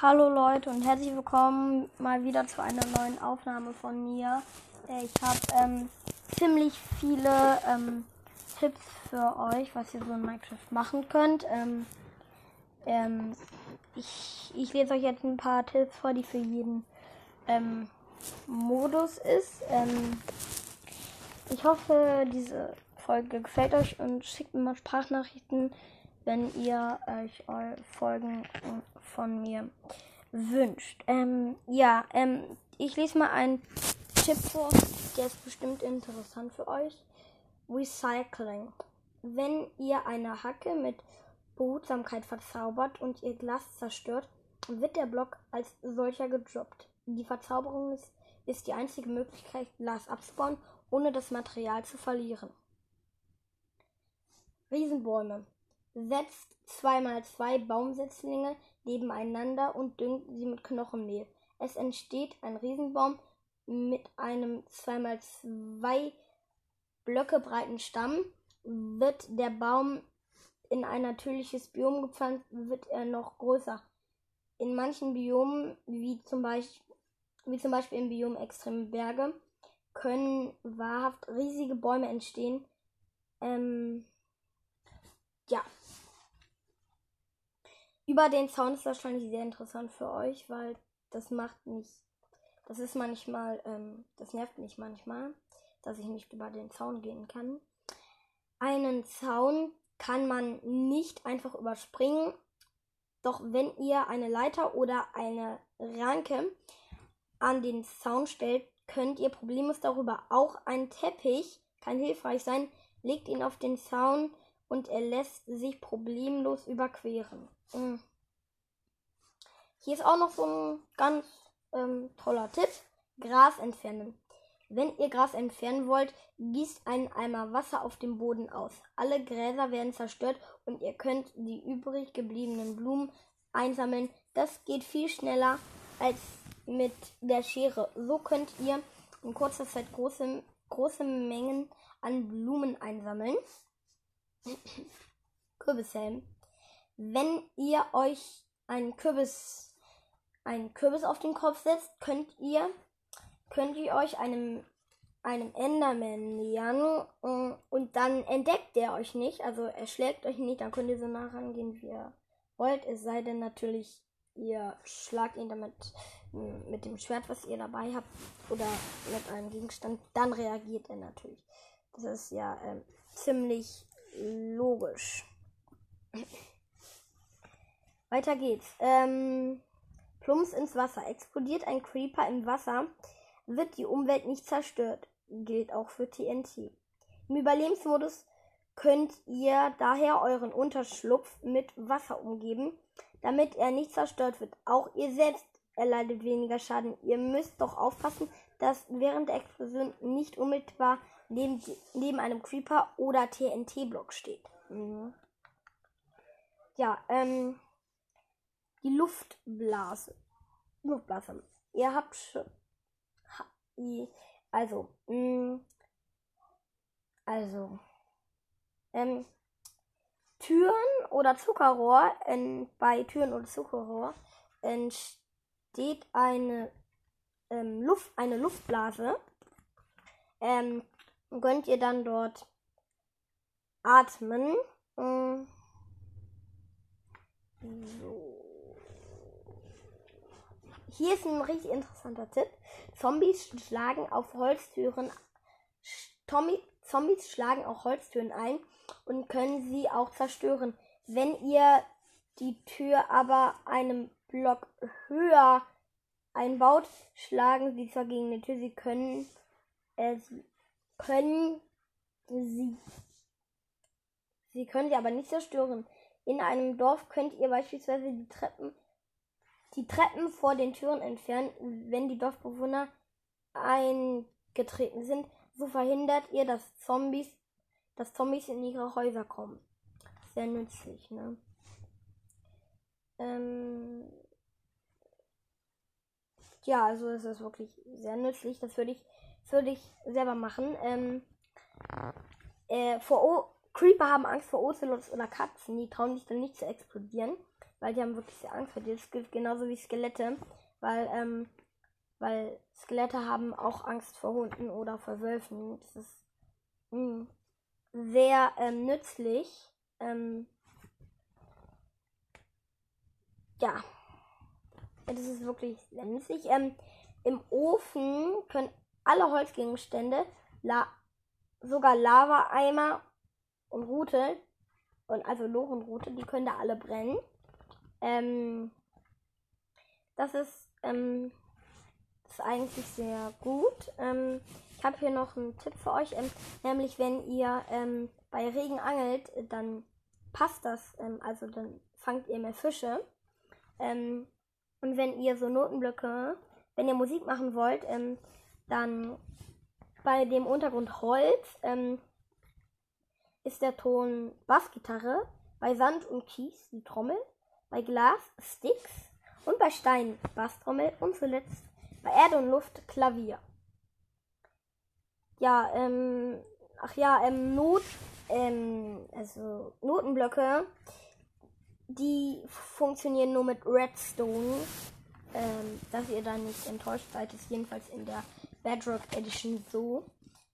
Hallo Leute und herzlich willkommen mal wieder zu einer neuen Aufnahme von mir. Ich habe ziemlich viele Tipps für euch, was ihr so in Minecraft machen könnt. Ich lese euch jetzt ein paar Tipps vor, die für jeden Modus ist. Ich hoffe, diese Folge gefällt euch und schickt mir mal Sprachnachrichten, wenn ihr euch Folgen von mir wünscht. Ich lese mal einen Tipp vor, der ist bestimmt interessant für euch. Recycling. Wenn ihr eine Hacke mit Behutsamkeit verzaubert und ihr Glas zerstört, wird der Block als solcher gedroppt. Die Verzauberung ist die einzige Möglichkeit, Glas abzubauen, ohne das Material zu verlieren. Riesenbäume. Setzt 2x2 Baumsetzlinge nebeneinander und düngt sie mit Knochenmehl. Es entsteht ein Riesenbaum mit einem 2x2 Blöcke breiten Stamm. Wird der Baum in ein natürliches Biom gepflanzt, wird er noch größer. In manchen Biomen, wie zum Beispiel im Biom extreme Berge, können wahrhaft riesige Bäume entstehen. Über den Zaun ist wahrscheinlich sehr interessant für euch, weil das nervt mich manchmal, dass ich nicht über den Zaun gehen kann. Einen Zaun kann man nicht einfach überspringen, doch wenn ihr eine Leiter oder eine Ranke an den Zaun stellt, könnt ihr problemlos darüber. Auch ein Teppich kann hilfreich sein. Legt ihn auf den Zaun und er lässt sich problemlos überqueren. Hier ist auch noch so ein ganz toller Tipp. Gras entfernen. Wenn ihr Gras entfernen wollt, gießt einen Eimer Wasser auf dem Boden aus. Alle Gräser werden zerstört und ihr könnt die übrig gebliebenen Blumen einsammeln. Das geht viel schneller als mit der Schere. So könnt ihr in kurzer Zeit große Mengen an Blumen einsammeln. Kürbishelm. Wenn ihr euch einen Kürbis auf den Kopf setzt, könnt ihr euch einem Enderman nähern und dann entdeckt er euch nicht, also er schlägt euch nicht, dann könnt ihr so nah rangehen, wie ihr wollt, es sei denn natürlich, ihr schlagt ihn damit mit dem Schwert, was ihr dabei habt, oder mit einem Gegenstand, dann reagiert er natürlich. Das ist ja ziemlich logisch. Weiter geht's. Plumps ins Wasser. Explodiert ein Creeper im Wasser, wird die Umwelt nicht zerstört. Gilt auch für TNT. Im Überlebensmodus könnt ihr daher euren Unterschlupf mit Wasser umgeben, damit er nicht zerstört wird. Auch ihr selbst erleidet weniger Schaden. Ihr müsst doch aufpassen, dass während der Explosion nicht unmittelbar neben einem Creeper oder TNT-Block steht. Die Luftblase. Ihr habt schon. Türen oder Zuckerrohr. Bei Türen oder Zuckerrohr entsteht eine Luftblase. Könnt ihr dann dort atmen. Hier ist ein richtig interessanter Tipp. Zombies schlagen auch Holztüren ein und können sie auch zerstören. Wenn ihr die Tür aber einem Block höher einbaut, schlagen sie zwar gegen die Tür, sie können sie aber nicht zerstören. In einem Dorf könnt ihr beispielsweise die Treppen vor den Türen entfernen, wenn die Dorfbewohner eingetreten sind. So verhindert ihr, dass Zombies in ihre Häuser kommen. Sehr nützlich, ne? Also es ist wirklich sehr nützlich. Das würde ich selber machen. Creeper haben Angst vor Ocelots oder Katzen. Die trauen sich dann nicht zu explodieren, weil die haben wirklich sehr Angst vor dir. Das gilt genauso wie Skelette, weil Skelette haben auch Angst vor Hunden oder vor Wölfen. Das ist sehr nützlich. Ja, das ist wirklich sehr nützlich. Im Ofen können alle Holzgegenstände, sogar Lava-Eimer und Rute, und also Loch und Rute, die können da alle brennen. Das ist eigentlich sehr gut. Ich habe hier noch einen Tipp für euch, nämlich wenn ihr bei Regen angelt, dann passt das, also dann fangt ihr mehr Fische. Und wenn ihr so Notenblöcke, wenn ihr Musik machen wollt, dann bei dem Untergrund Holz ist der Ton Bassgitarre, bei Sand und Kies die Trommel, bei Glas Sticks und bei Stein Basstrommel und zuletzt bei Erde und Luft Klavier. Ja, also Notenblöcke, die funktionieren nur mit Redstone, dass ihr da nicht enttäuscht seid, ist jedenfalls in der Bedrock Edition so.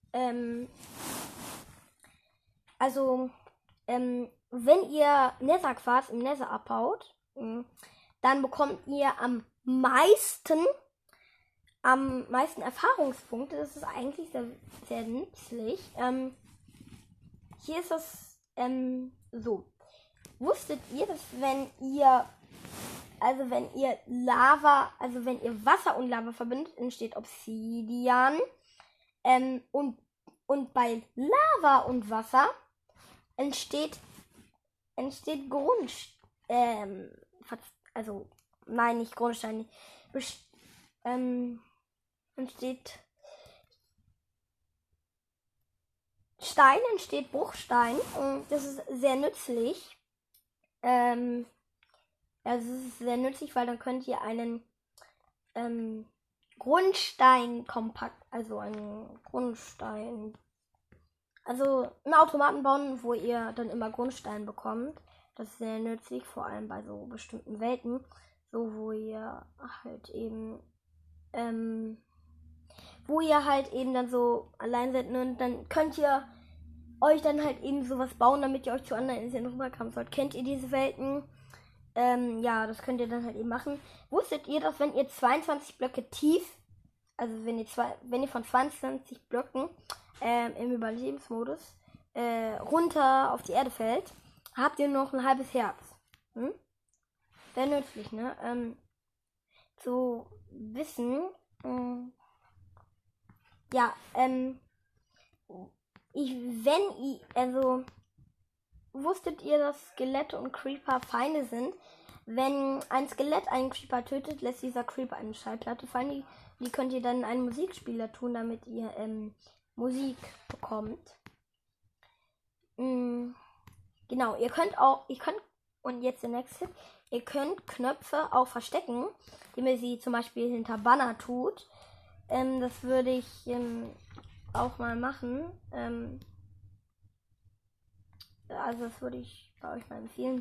Wenn ihr Netherquarz im Nether abbaut, dann bekommt ihr am meisten Erfahrungspunkte. Das ist eigentlich sehr, sehr nützlich. Hier ist es so. Wusstet ihr, dass wenn ihr Wasser und Lava verbindet, entsteht Obsidian. Und bei Lava und Wasser entsteht nicht Grundstein, entsteht Stein, entsteht Bruchstein. Und das ist sehr nützlich. Es ist sehr nützlich, weil dann könnt ihr einen Grundsteinkompakt, also einen Automaten bauen, wo ihr dann immer Grundstein bekommt. Das ist sehr nützlich, vor allem bei so bestimmten Welten, so wo ihr halt eben dann so allein seid, und dann könnt ihr euch dann halt eben sowas bauen, damit ihr euch zu anderen Inseln rüberkommen sollt. Kennt ihr diese Welten? Ja, das könnt ihr dann halt eben machen. Wusstet ihr, dass wenn ihr 22 Blöcke tief, also wenn ihr von 22 Blöcken im Überlebensmodus runter auf die Erde fällt, habt ihr noch ein halbes Herz. Sehr nützlich, ne? Zu wissen. Wusstet ihr, dass Skelette und Creeper Feinde sind? Wenn ein Skelett einen Creeper tötet, lässt dieser Creeper eine Schallplatte fallen. Die könnt ihr dann in einen Musikspieler tun, damit ihr Musik bekommt. Genau, und jetzt der nächste Tipp, ihr könnt Knöpfe auch verstecken, indem ihr sie zum Beispiel hinter Banner tut. Das würde ich auch mal machen. Also das würde ich bei euch mal empfehlen.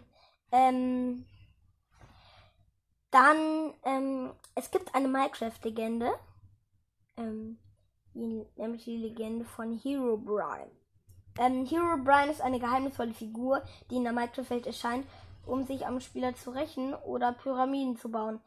Es gibt eine Minecraft-Legende, nämlich die Legende von Herobrine. Herobrine ist eine geheimnisvolle Figur, die in der Minecraft-Welt erscheint, um sich am Spieler zu rächen oder Pyramiden zu bauen.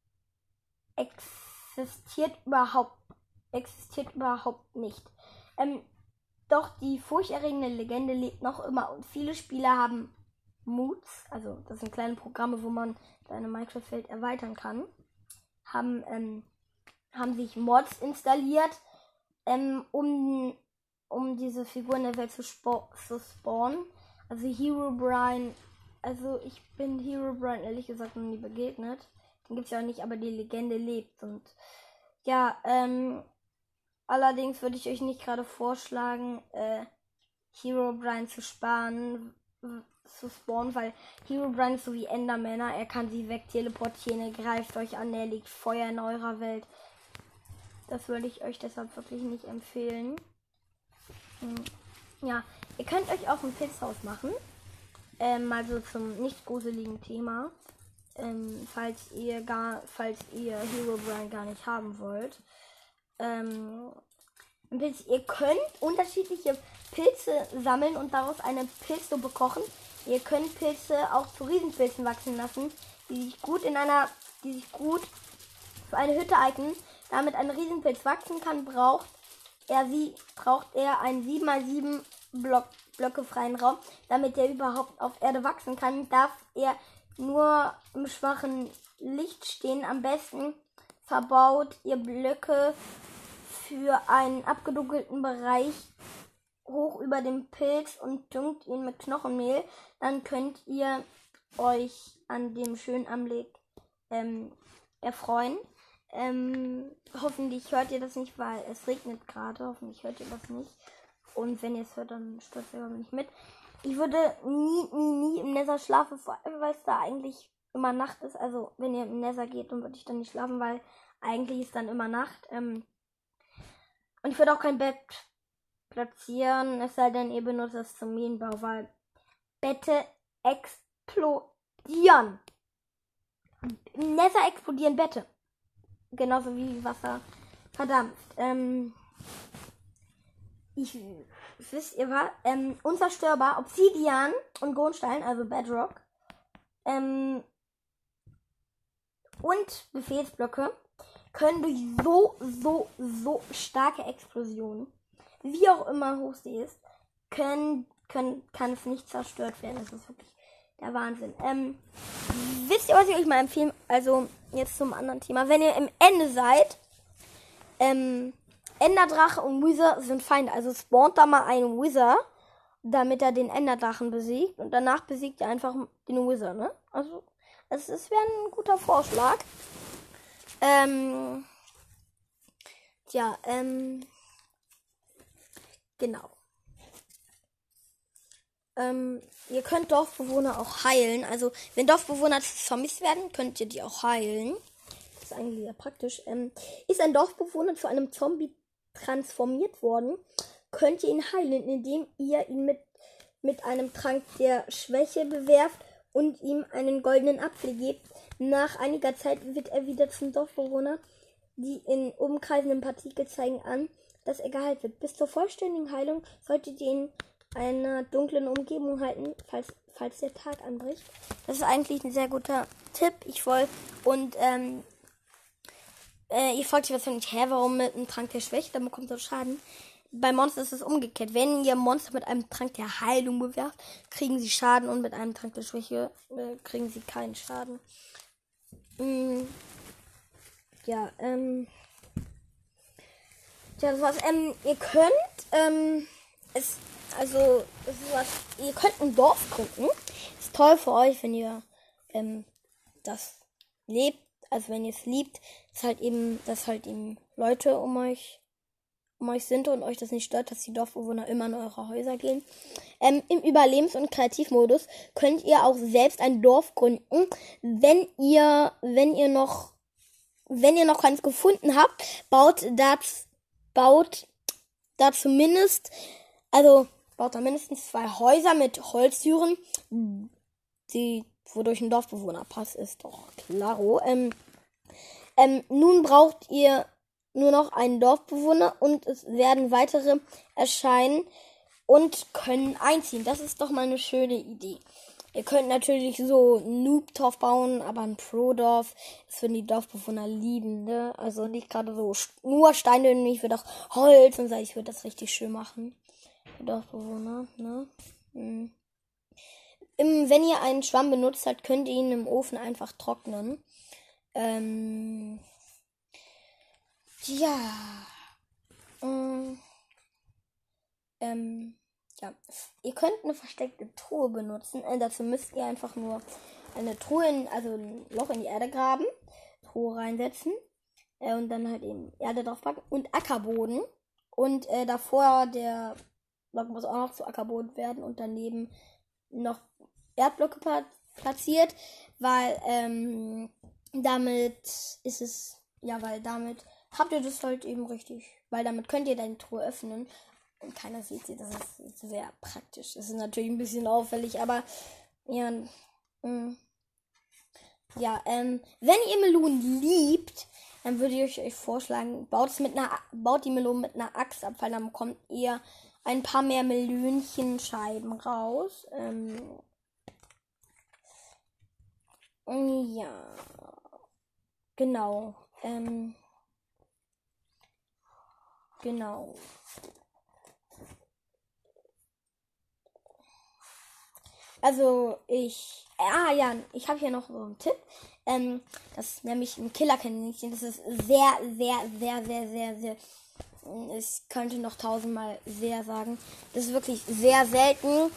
Existiert überhaupt nicht. Doch die furchterregende Legende lebt noch immer und viele Spieler haben Moods, also das sind kleine Programme, wo man seine Minecraft-Welt erweitern kann, haben sich Mods installiert, um diese Figuren der Welt zu spawnen. Also Herobrine, ich bin Herobrine ehrlich gesagt noch nie begegnet. Den gibt es ja auch nicht, aber die Legende lebt. Und ja, allerdings würde ich euch nicht gerade vorschlagen, Herobrine zu spawnen, weil Herobrine ist so wie Endermänner. Er kann sie wegteleportieren, er greift euch an, er legt Feuer in eurer Welt. Das würde ich euch deshalb wirklich nicht empfehlen. Ja, ihr könnt euch auch ein Pilzhaus machen. Mal so zum nicht gruseligen Thema. Falls ihr Herobrine gar nicht haben wollt. Ihr könnt unterschiedliche Pilze sammeln und daraus eine Pilzsuppe kochen. Ihr könnt Pilze auch zu Riesenpilzen wachsen lassen, die sich gut für eine Hütte eignen. Damit ein Riesenpilz wachsen kann, braucht er einen 7x7 Blöcke freien Raum. Damit er überhaupt auf Erde wachsen kann, darf er nur im schwachen Licht stehen. Am besten verbaut ihr Blöcke für einen abgedunkelten Bereich hoch über dem Pilz und düngt ihn mit Knochenmehl. Dann könnt ihr euch an dem schönen Anblick erfreuen. Hoffentlich hört ihr das nicht, weil es regnet gerade. Hoffentlich hört ihr das nicht. Und wenn ihr es hört, dann stört ihr aber nicht mit. Ich würde nie im Nether schlafen, vor allem weil es da eigentlich immer Nacht ist. Also wenn ihr im Nether geht, dann würde ich dann nicht schlafen, weil eigentlich ist dann immer Nacht. Und ich würde auch kein Bett platzieren, es sei denn, ihr benutzt es zum Minenbau, weil Bette explodieren. Im Nether explodieren Bette. Genauso wie Wasser verdampft. Wisst ihr was? Unzerstörbar, Obsidian und Grundstein, also Bedrock. Und Befehlsblöcke können durch so starke Explosionen, wie auch immer hoch sie ist, kann es nicht zerstört werden. Das ist wirklich der Wahnsinn. Wisst ihr, was ich euch mal empfehlen? Also jetzt zum anderen Thema. Wenn ihr im Ende seid, Enderdrache und Wither sind Feinde. Also spawnt da mal einen Wither, damit er den Enderdrachen besiegt. Und danach besiegt ihr einfach den Wither, ne? Also es wäre ein guter Vorschlag. Genau. Ihr könnt Dorfbewohner auch heilen. Also, wenn Dorfbewohner zu Zombies werden, könnt ihr die auch heilen. Das ist eigentlich sehr praktisch. Ist ein Dorfbewohner zu einem Zombie transformiert worden, könnt ihr ihn heilen, indem ihr ihn mit einem Trank der Schwäche bewerft und ihm einen goldenen Apfel gebt. Nach einiger Zeit wird er wieder zum Dorfbewohner. Die in umkreisenden Partikel zeigen an, dass er geheilt wird. Bis zur vollständigen Heilung solltet ihr ihn in einer dunklen Umgebung halten, falls der Tag anbricht. Das ist eigentlich ein sehr guter Tipp. Ihr fragt euch wahrscheinlich, warum mit einem Trank der Schwäche, dann bekommt ihr Schaden. Bei Monstern ist es umgekehrt. Wenn ihr Monster mit einem Trank der Heilung bewerft, kriegen sie Schaden und mit einem Trank der Schwäche kriegen sie keinen Schaden. Das war's. Ihr könnt, ihr könnt ein Dorf gründen. Ist toll für euch, wenn ihr das lebt, also wenn ihr es liebt, dass halt eben Leute um euch sind und euch das nicht stört, dass die Dorfbewohner immer in eure Häuser gehen. Im Überlebens- und Kreativmodus könnt ihr auch selbst ein Dorf gründen. Wenn ihr noch keins gefunden habt, baut da mindestens 2 Häuser mit Holztüren, wodurch ein Dorfbewohner passt, ist doch klaro. Nun braucht ihr nur noch einen Dorfbewohner und es werden weitere erscheinen und können einziehen. Das ist doch mal eine schöne Idee. Ihr könnt natürlich so ein Noob-Dorf bauen, aber ein Pro-Dorf, das würden die Dorfbewohner lieben, ne? Also nicht gerade so nur Steine, ich würde auch Holz und so, ich würde das richtig schön machen. Die Dorfbewohner, ne? Wenn ihr einen Schwamm benutzt habt, könnt ihr ihn im Ofen einfach trocknen. Ihr könnt eine versteckte Truhe benutzen. Dazu müsst ihr einfach nur eine Truhe, also ein Loch in die Erde graben, Truhe reinsetzen und dann halt eben Erde draufpacken und Ackerboden. Und davor der Block muss auch noch zu Ackerboden werden und daneben noch Erdblöcke platziert, weil damit habt ihr das halt eben richtig, weil damit könnt ihr deine Truhe öffnen keiner sieht sie. Das ist sehr praktisch. Das ist natürlich ein bisschen auffällig, aber ja. Ja, wenn ihr Melonen liebt, dann würde ich euch vorschlagen, baut die Melonen mit einer Axt ab, weil dann bekommt ihr ein paar mehr Melönchenscheiben raus. Ja, genau. Genau. Also ich habe hier noch so einen Tipp. Das ist nämlich ein Killerkaninchen. Das ist sehr, sehr, sehr, sehr, sehr, sehr. Ich könnte noch tausendmal sehr sagen. Das ist wirklich sehr selten.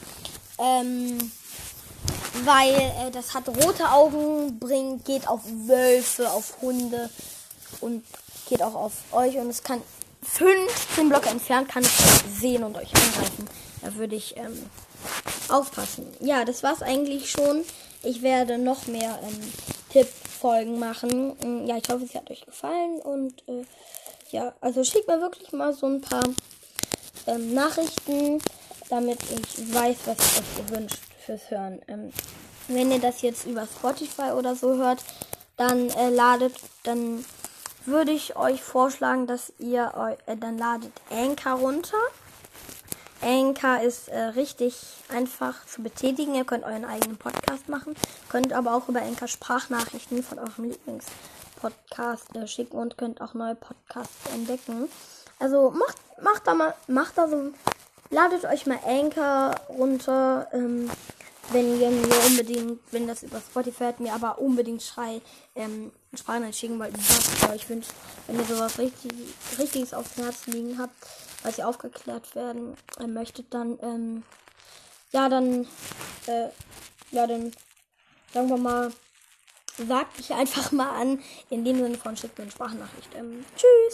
Weil das hat rote Augen, geht auf Wölfe, auf Hunde und geht auch auf euch. Und es kann 15 Blöcke entfernt, kann es euch sehen und euch angreifen. Da würde ich aufpassen. Ja, das war's eigentlich schon. Ich werde noch mehr Tippfolgen machen. Ja, ich hoffe, es hat euch gefallen. Und ja, also schickt mir wirklich mal so ein paar Nachrichten, damit ich weiß, was ihr euch wünscht fürs Hören. Wenn ihr das jetzt über Spotify oder so hört, dann dann würde ich euch vorschlagen, dass ihr dann ladet Anchor runter. Anchor ist richtig einfach zu betätigen. Ihr könnt euren eigenen Podcast machen. Könnt aber auch über Anchor Sprachnachrichten von eurem Lieblingspodcast schicken und könnt auch neue Podcasts entdecken. Also ladet euch mal Anchor runter. Wenn ihr mir unbedingt, wenn das über Spotify hört, mir aber unbedingt Sprachnachrichten schicken wollt, was ihr euch wünscht. Wenn ihr sowas Richtiges auf dem Herzen liegen habt, was ihr aufgeklärt werden möchtet, dann dann sagen wir mal, sagt mich einfach mal an, in dem Sinne von schickt mir eine Sprachnachricht. Tschüss!